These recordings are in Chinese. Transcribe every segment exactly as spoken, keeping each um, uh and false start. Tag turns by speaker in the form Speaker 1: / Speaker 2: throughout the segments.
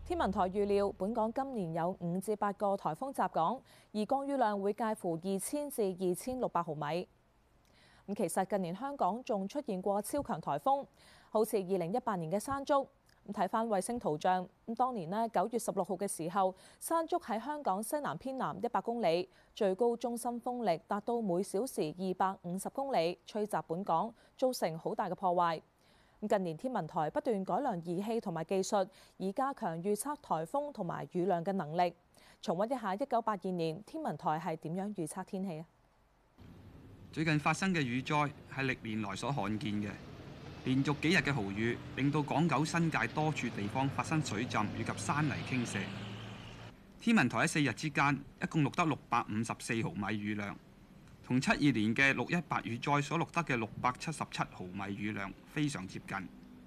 Speaker 1: 天文台預料，本港今年有五至八個颱風襲港，而降雨量會介乎二千至二千六百毫米。咁其實近年香港仲出現過超強颱風，好似二零一八年嘅山竹。咁睇返衛星圖像，咁當年呢九月十六號嘅時候，山竹喺香港西南偏南一百公里，最高中心風力達到每小時二百五十公里，吹襲本港，造成好大嘅破壞。近年天文台不斷改良儀器同埋技術，以加強預測颱風同埋雨量嘅能力。重溫一下一九八二年天文台係點樣預測天氣啊？
Speaker 2: 最近發生嘅雨災係歷年來所罕見嘅，連續幾日嘅豪雨令到港九新界多處地方發生水浸以及山泥傾瀉。天文台喺四日之間一共錄得六百五十四毫米雨量，同七二年嘅六一八雨災所錄得嘅六百七十七毫米雨量非常接近。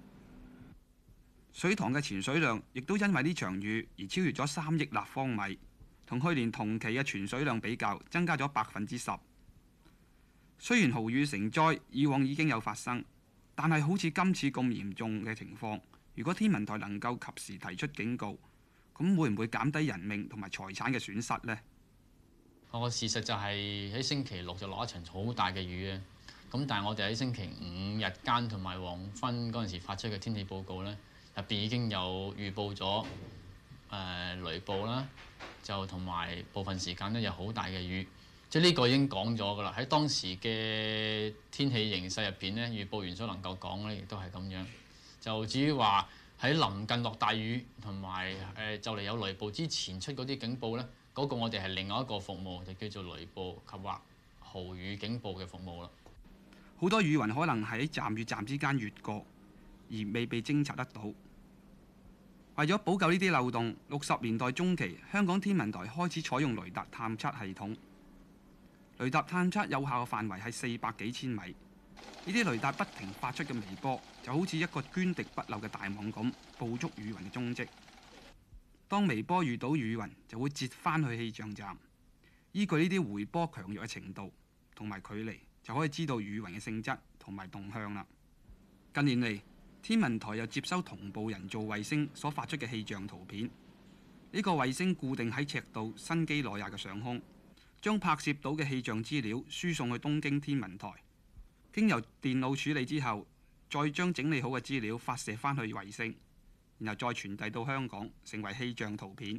Speaker 2: 水塘嘅潛水量亦都因為呢場雨而超越咗三億立方米，同去年同期嘅存水量比較增加咗百分之十。雖然豪雨成災以往已經有發生，但係好似今次咁嚴重嘅情況，如果天文台能夠及時提出警告，咁會唔會減低人命同埋財產嘅損失呢？
Speaker 3: 個事實就係喺星期六就落一場好大嘅雨啊！咁但係我哋喺星期五日間同埋黃昏嗰陣時發出嘅天氣報告咧，入邊已經有預報咗誒、呃、雷暴啦，就同埋部分時間咧有好大嘅雨。即係呢個已經講咗㗎啦，喺當時嘅天氣形勢入邊咧，預報員所能夠講咧，亦都係咁樣。就至於話喺臨近落大雨同埋誒就嚟有雷暴之前出嗰啲警報咧，嗰、嗰個我哋係另外一個服務，就叫做雷暴及或豪雨警報嘅服務啦。
Speaker 2: 好多雨雲可能喺站與站之間越過，而未被偵察得到。為咗補救呢啲漏洞，六十年代中期，香港天文台開始採用雷達探測系統。雷達探測有效嘅範圍係四百幾千米。呢啲雷達不停發出嘅微波，就好似一個涓滴不漏嘅大網咁，捕捉雨雲嘅蹤跡。當微波遇到雨雲，就會折返去氣象站，依據呢啲回波強弱嘅程度同埋距離，就可以知道雨雲嘅性質同埋動向啦。近年嚟，天文台又接收同步人造衛星所發出嘅氣象圖片。呢個衛星固定喺赤道新畿內亞嘅上空，將拍攝到嘅氣象資料輸送去東京天文台，經由電腦處理之後，再將整理好嘅資料發射返去衛星，然後再傳遞到香港，成為氣象圖片。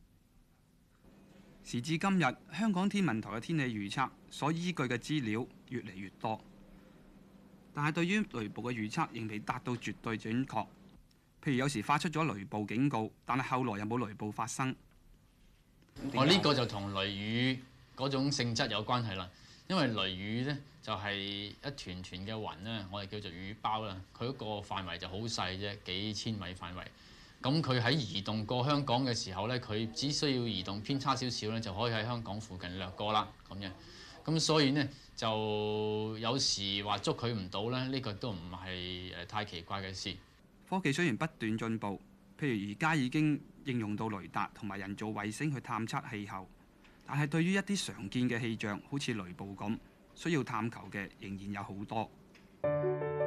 Speaker 2: 時至今日，香港天文台嘅天氣預測所依據嘅資料越嚟越多，但係對於雷暴嘅預測仍未達到絕對準確。譬如有時發出咗雷暴警告，但係後來又冇雷暴發生。
Speaker 3: 我呢、哦呢個就同雷雨嗰種性質有關係啦。因為雷雨呢，就係、是、一團團嘅雲咧，我哋叫做雨包啦。佢嗰個範圍就好細啫，幾千米範圍。咁佢喺移動過香港嘅時候呢，佢只需要移動偏差少少呢，就可以喺香港附近掠過啦。咁樣，咁所以呢，就有時話捉佢唔到呢，呢、呢個都唔係誒太奇怪嘅事。
Speaker 2: 科技雖然不斷進步，譬如而家已經應用到雷達同埋人造衛星去探測氣候。但係對於一啲常見嘅氣象，好似雷暴咁，需要探求嘅仍然有好多。